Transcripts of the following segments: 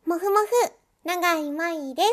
もふもふ、永井舞です。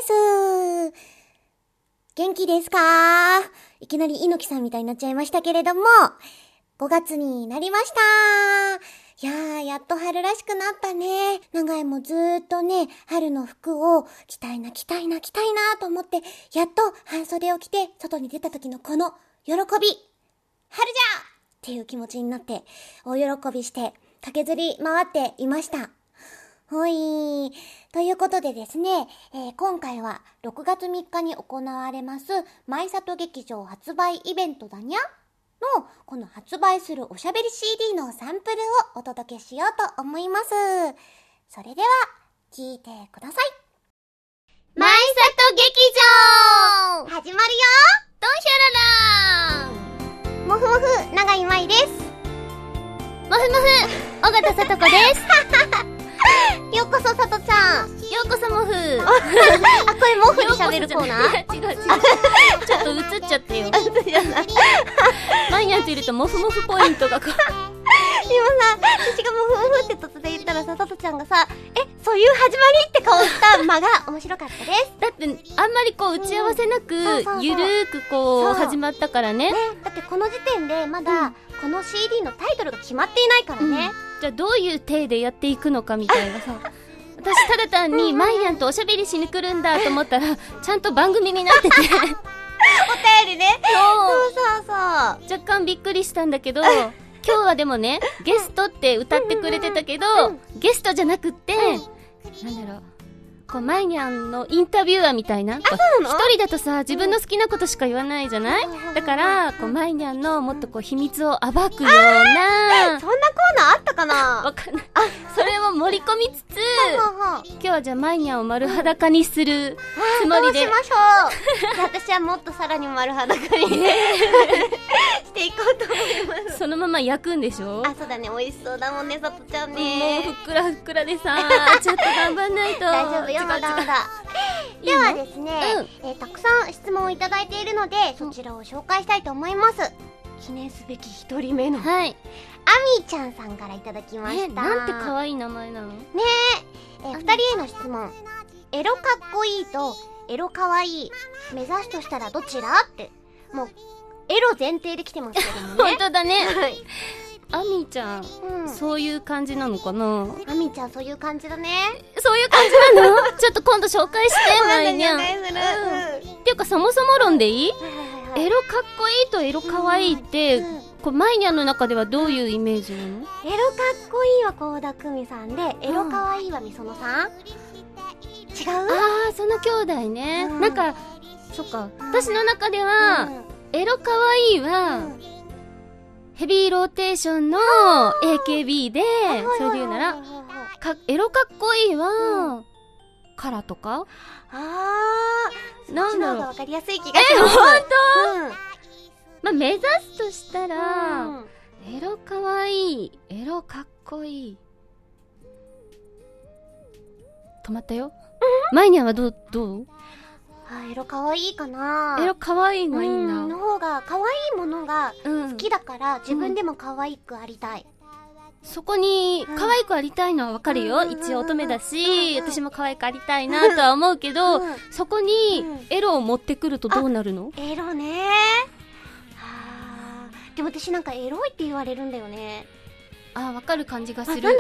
元気ですか？いきなり猪木さんみたいになっちゃいましたけれども、5月になりました。いやー、やっと春らしくなったね。永井もずーっとね、春の服を着たいなと思って、やっと半袖を着て外に出た時のこの喜び、春じゃっていう気持ちになって、大喜びして駆けずり回っていました。ほい。ということでですね、今回は6月3日に行われます舞里劇場発売イベントだにゃのこの発売するおしゃべり CD のサンプルをお届けしようと思います。それでは聞いてください。 舞里劇場始まるよ。 ドンヒャララーン。 もふもふ、永井舞です。 もふもふ、尾形さとこです。 ようこそさとちゃん。 ようこそもふ。 あ、これモフで喋るコーナー？ 違う。ちょっと映っちゃったよ。マイニャンといるとモフモフポイントがこう。 今さ、私がモフモフって突然言ったらさ、さとちゃんがさ、そういう始まりって顔した間が面白かったです。 だってあんまりこう打ち合わせなく、ゆるーくこう始まったからね。 だってこの時点でまだこの CD のタイトルが決まっていないからね。 じゃあどういう体でやっていくのかみたいなさ。私ただ単にマイニャンとおしゃべりしに来るんだと思ったらちゃんと番組になっててお便りね。そう若干びっくりしたんだけど今日はでもねゲストって歌ってくれてたけど、ゲストじゃなくって、なんだろう、こうマイニャンのインタビュアーみたいな。一人だとさ自分の好きなことしか言わないじゃない、だからこうマイニャンのもっとこう秘密を暴くような。 そんなコーナーあったかな？ わかんない。それを盛り込みつつ今日はじゃあマイニャンを丸裸にするつもりで。 どうしましょう。私はもっとさらに丸裸にしていこうと思います。 そのまま焼くんでしょ？ あ、そうだね。美味しそうだもんね、さとちゃんね。 もうふっくらふっくらでさちょっと頑張んないと。 大丈夫よ、まだまだ。ではですね、たくさん質問をいただいているので、そちらを紹介したいと思います。記念すべき一人目の、 はい、 アミちゃんさんからいただきました。 なんて可愛い名前なのね。 2人への質問。エロかっこいいとエロかわいい目指すとしたらどちらって、もうエロ前提で来てますけどもね。 本当だね。アミちゃん、そういう感じなのかな？ アミちゃんそういう感じだね。 そういう感じなの？ちょっと今度紹介して、マイニャン。っていうかそもそも論でいい？エロかっこいいとエロかわいいって、こうマイニャンの中ではどういうイメージなの？ エロかっこいいは倖田來未さんで、エロかわいいはみそのさん。違う？ あー、その兄弟ね。なんかそっか、私の中ではエロかわいいはヘビーローテーションの AKB で、それで言うならエロかっこいいはカラとか。 なんだろう、わかりやすい気がします。 ほんと？まあ、目指すとしたら、エロかわいい、エロかっこいい。止まったよ。マイニャンはどう？ エロかわいいかな。 エロかわいいのいいんだ。 の方がかわいいものが好きだから、自分でもかわいくありたい。 そこに可愛くありたいのはわかるよ。一応乙女だし、私も可愛くありたいなとは思うけど、そこにエロを持ってくるとどうなるの？ エロね。でも私なんかエロいって言われるんだよね。 わかる感じがする。 なんで？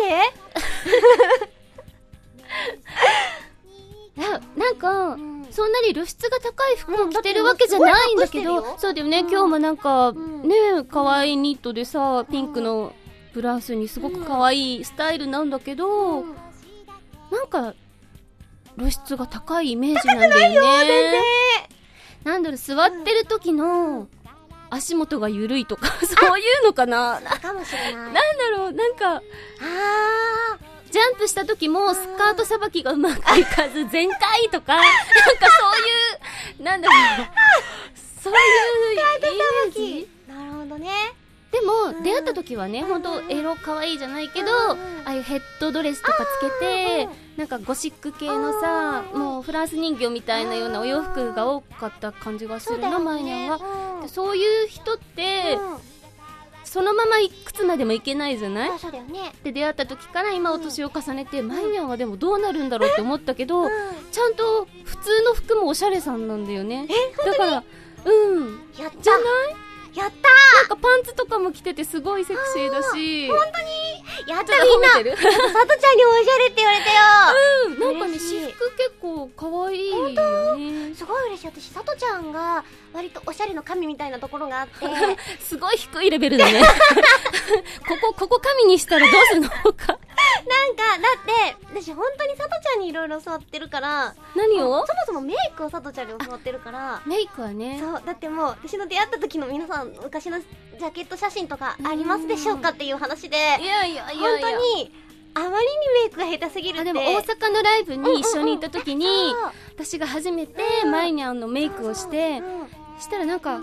なんか、そんなに露出が高い服を着てるわけじゃないんだけど、そうだよね。今日もなんかね、可愛いニットでさ、ピンクのブラウスにすごく可愛いスタイルなんだけど、なんか露出が高いイメージなんだよね。なんだろう、座ってる時の足元が緩いとかそういうのかな。 かもしれない。 なんだろう、なんかジャンプした時もスカートさばきがうまくいかず全開とか、なんかそういう、なんだろう、そういうイメージ。 なるほどね。 でも出会った時はね、ほんとエロ可愛いじゃないけど、ああいうヘッドドレスとかつけて、なんかゴシック系のさ、もうフランス人形みたいなようなお洋服が多かった感じがするな、マイニャンは。でそういう人ってそのままいくつまでもいけないじゃない。 そうだよね。 で出会った時から今お年を重ねて、マイニャンはでもどうなるんだろうって思ったけど、ちゃんと普通の服もおしゃれさんなんだよね。だからやったじゃない。 やったなんかパンツとかも着ててすごいセクシーだし、 本当にやったみんな。 ちょっと褒めてるさとちゃんにおしゃれって言われたよ。 なんかね、 嬉しい私服結構可愛いよね。 すごい嬉しい。私さとちゃんが割とおしゃれの神みたいなところがあってすごい低いレベルだねここ神にしたらどうするのかなんかだって私本当にさとちゃんにいろいろ教わってるから。 何を？ そもそもメイクをさとちゃんに教わってるから。 メイクはね。 そうだってもう私の出会った時の皆さん昔のジャケット写真とかありますでしょうかっていう話で、 いやいやいやいや、 本当にあまりにメイクが下手すぎるって。 でも大阪のライブに一緒に行った時に、私が初めてマイニャンのメイクをして、したらなんか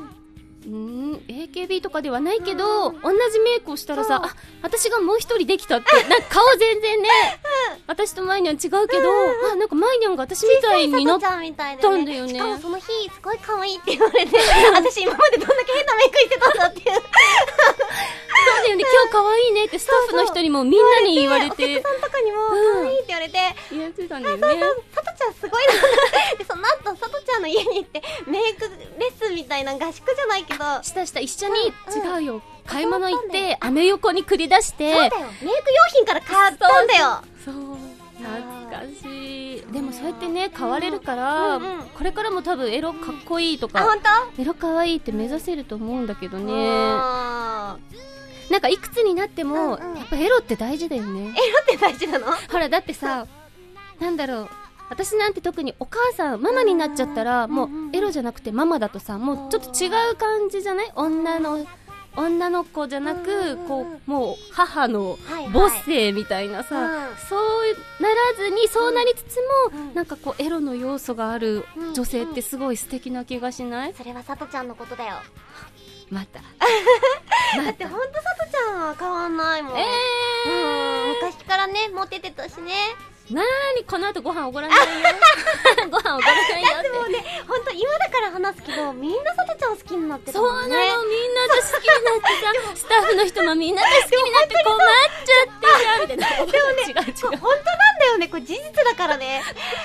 AKB とかではないけど、同じメイクをしたらさ、あ、私がもう一人できたって、なんか顔全然ね、私とマイニャン違うけど、あ、なんかマイニャンが私みたいになったんだよね。 しかもその日すごい可愛いって言われて私今までどんだけ変なメイクしてたんだっていうそうだよね、今日可愛いねってスタッフの人にもみんなに言われて、 お客さんとかにも可愛いって言われて、 言ってたんだよね。 さとちゃんすごいなで、その後さとちゃんの家に行ってメイクレッスンみたいな合宿じゃないけどした一緒に、違うよ、買い物行ってアメ横に繰り出して、 そうだよ、メイク用品から買ったんだよ。 そう、懐かしい。でもそうやってね、買われるから、これからも多分エロかっこいいとか、 本当？ エロかわいいって目指せると思うんだけどね。なんかいくつになっても、やっぱエロって大事だよね。 エロって大事なの？ ほらだってさ、なんだろう、私なんて特にお母さん、ママになっちゃったら、もうエロじゃなくてママだとさ、もうちょっと違う感じじゃない？女の子じゃなく、こうもう母の母性みたいなさ、そうならずにそうなりつつも、なんかこうエロの要素がある女性ってすごい素敵な気がしない？ それはさとちゃんのことだよ。 まただってほんとさとちゃんは変わんないもん。昔からね、モテてたしね。 なーに、この後ご飯おごらないよご飯おごらないよって。 だってもうね、ほんと今だから話すけど、みんなさとちゃん好きになってたもんね。 そうなの、みんな私好きになってさスタッフの人もみんなで好きになって困っちゃってるみたいな。でもね、 違う本当なんだよね、これ事実だからね。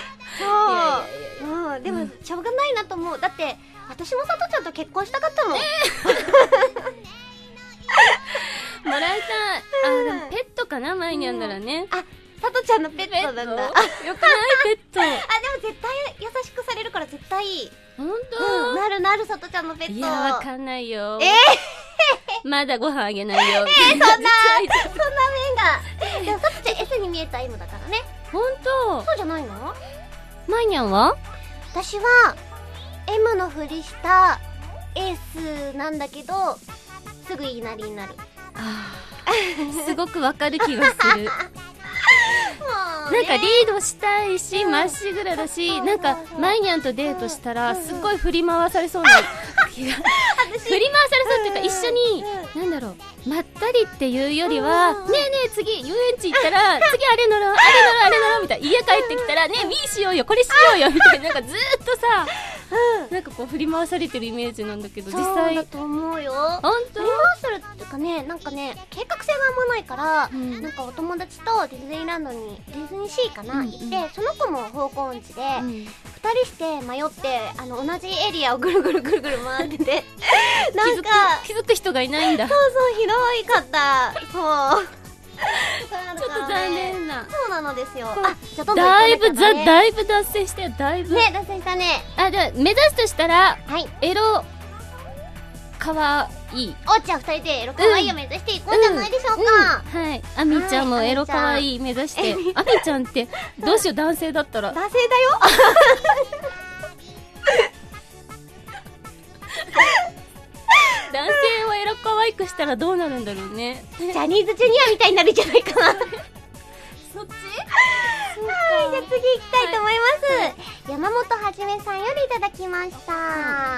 そう、でもしょうがないなと思う。だって私もさとちゃんと結婚したかったもん。 もらいたい。あ、でもペットかな、マイニャンならね。 あ、さとちゃんのペットなんだ。 よくないペット。 あ、でも絶対優しくされるから絶対いい。 ほんと？ なるさとちゃんのペット。 いや、わかんないよ。まだご飯あげないよ。 そんな面が。でもさとちゃん S に見えた M だからね。 ほんと？ そうじゃないの？ マイニャンは？ 私は M のふりした S なんだけど、すぐ言いなりになる。 すごくわかる気がする。なんかリードしたいし、まっしぐらだし、なんかマイニャンとデートしたらすっごい振り回されそうな気が。振り回されそうっていうか、一緒になんだろう、まったりっていうよりは、ねえねえ次遊園地行ったら次あれ乗ろうみたいな、家帰ってきたらねえ Wii しようよこれしようよみたいな、なんかずーっとさ、なんかこう振り回されてるイメージなんだけど、実際そうだと思うよ。 本当？ 振り回してるっていうかね、なんかね、計画性があんまないから、なんかお友達とディズニーランドに、ディズニーシーかな、行って、その子も方向音痴で、2人して迷って、同じエリアをぐるぐる回っててなんか気づく人がいないんだ。 そう、広かった。そうちょっと残念な。 そうなのですよ。あ、じゃあどんどんだいぶ脱線したよ、だいぶ。 ね、脱線したね。 あ、じゃあ目指すとしたら、エロかわいい。 じゃあ2人でエロかわいいを目指していこうじゃないでしょうか。 はい、アミちゃんもエロかわいい目指して。アミちゃんってどうしよう、男性だったら。 男性だよ。 男性をエロ可愛くしたらどうなるんだろうね。 ジャニーズジュニアみたいになるんじゃないかな。 そっち？ はい、じゃあ次行きたいと思います。山本はじめさんよりいただきました。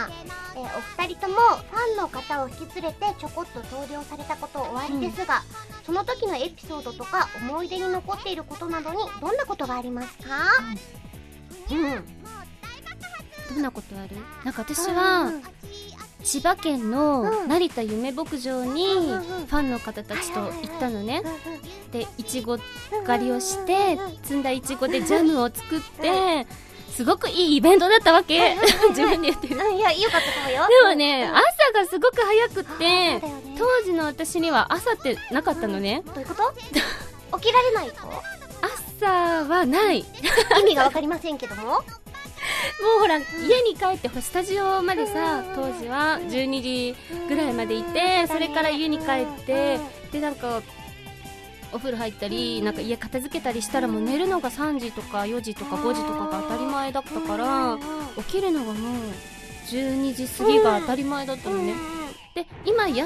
お二人ともファンの方を引き連れてちょこっと登場されたことおありですが、その時のエピソードとか思い出に残っていることなどにどんなことがありますか？ どんなことある？なんか私は、 千葉県のうん成田夢牧場にうんうんうんファンの方たちと行ったのね。でいちご狩りをしうんうんてうんうん摘んだいちごでジャムを作ってすごくいいイベントだったわけ。自分で言ってる。 いや、よかったと思うよ。 でもね、朝がすごく早くってそうだよね当時の私には朝ってなかったのね。 どういうこと起きられないと朝はない。 意味がわかりませんけども。 もうほら、家に帰ってスタジオまでさ、当時は12時ぐらいまでいて、それから家に帰って、でなんかお風呂入ったり、なんか家片付けたりしたらもう寝るのが3時とか4時とか5時とかが当たり前だったから起きるのがもう12時過ぎが当たり前だったのね。で今やっ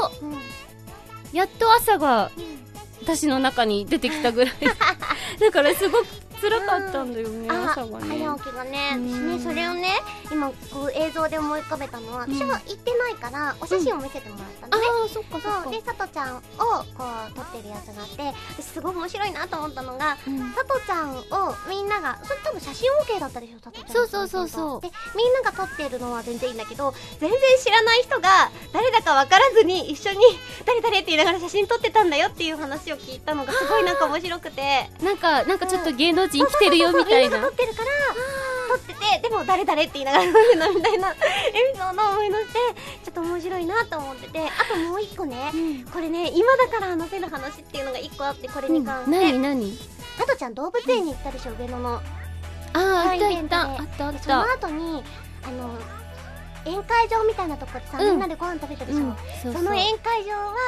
と朝が私の中に出てきたぐらいだからすごく辛かったんだよね、朝がね。 早起きがね、ね、それをね、今こう映像で思い浮かべたのは、私は行ってないからお写真を見せてもらったのね。 ああ、そっかそっか。 そうで、さとちゃんをこう撮ってるやつがあって、私すごい面白いなと思ったのが、さとちゃんをみんなが、それ多分写真 OK だったでしょ、さとちゃん。 そうそうそうそう。 で、みんなが撮ってるのは全然いいんだけど、全然知らない人が誰だか分からずに一緒に誰々って言いながら写真撮ってたんだよっていう話を聞いたのがすごいなんか面白くて、 なんかちょっと芸能人来てるよみたいな。 みんなが撮ってるから撮ってて、でも誰々って言いながら飲んでたみたいなエピソードを思い出して、ちょっと面白いなと思ってて、あともう一個ね、これね、今だから話せる話っていうのが一個あって、これに関して、 何さとちゃん動物園に行ったでしょ、上野の。 ああ、あったイベントであったあっそのた。 後に宴会場みたいなとこでさ、みんなでご飯食べたでしょ、 そうその宴会場は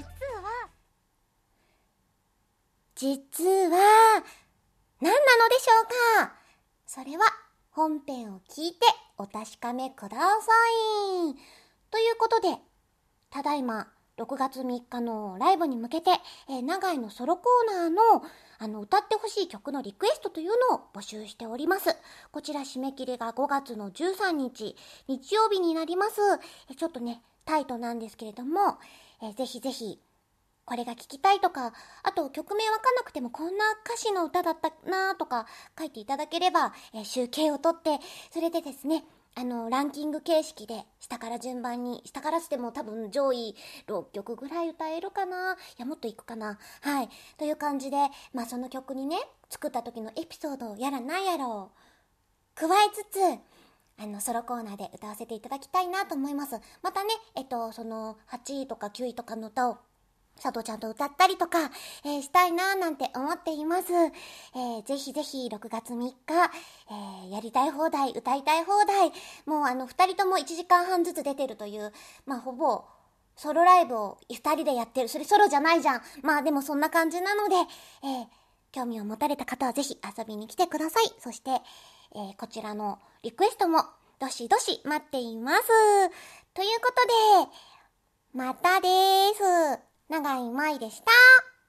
実は何なのでしょうか。それは本編を聞いてお確かめください。ということで、ただいま6月3日のライブに向けて、長井のソロコーナーの歌ってほしい曲のリクエストというのを募集しております。こちら締め切りが5月の13日日曜日になります。ちょっとねタイトなんですけれども、ぜひぜひこれが聞きたいとか、あと曲名わかんなくてもこんな歌詞の歌だったなとか書いていただければ、集計を取って、それでですね、ランキング形式で下から順番に、下からしても多分上位6曲ぐらい歌えるかな、いやもっといくかな、はい、という感じで、まあその曲にね、作った時のエピソードやらなんやらを加えつつ、ソロコーナーで歌わせていただきたいなと思います。またね、その8位とか9位とかの歌を佐藤ちゃんと歌ったりとか、したいなーなんて思っています。ぜひぜひ6月3日、やりたい放題、歌いたい放題、もう2人とも1時間半ずつ出てるという、まあほぼソロライブを2人でやってる。それソロじゃないじゃん。まあでもそんな感じなので、興味を持たれた方はぜひ遊びに来てください。そして、こちらのリクエストもどしどし待っています。ということで、またでーす。長井舞でした。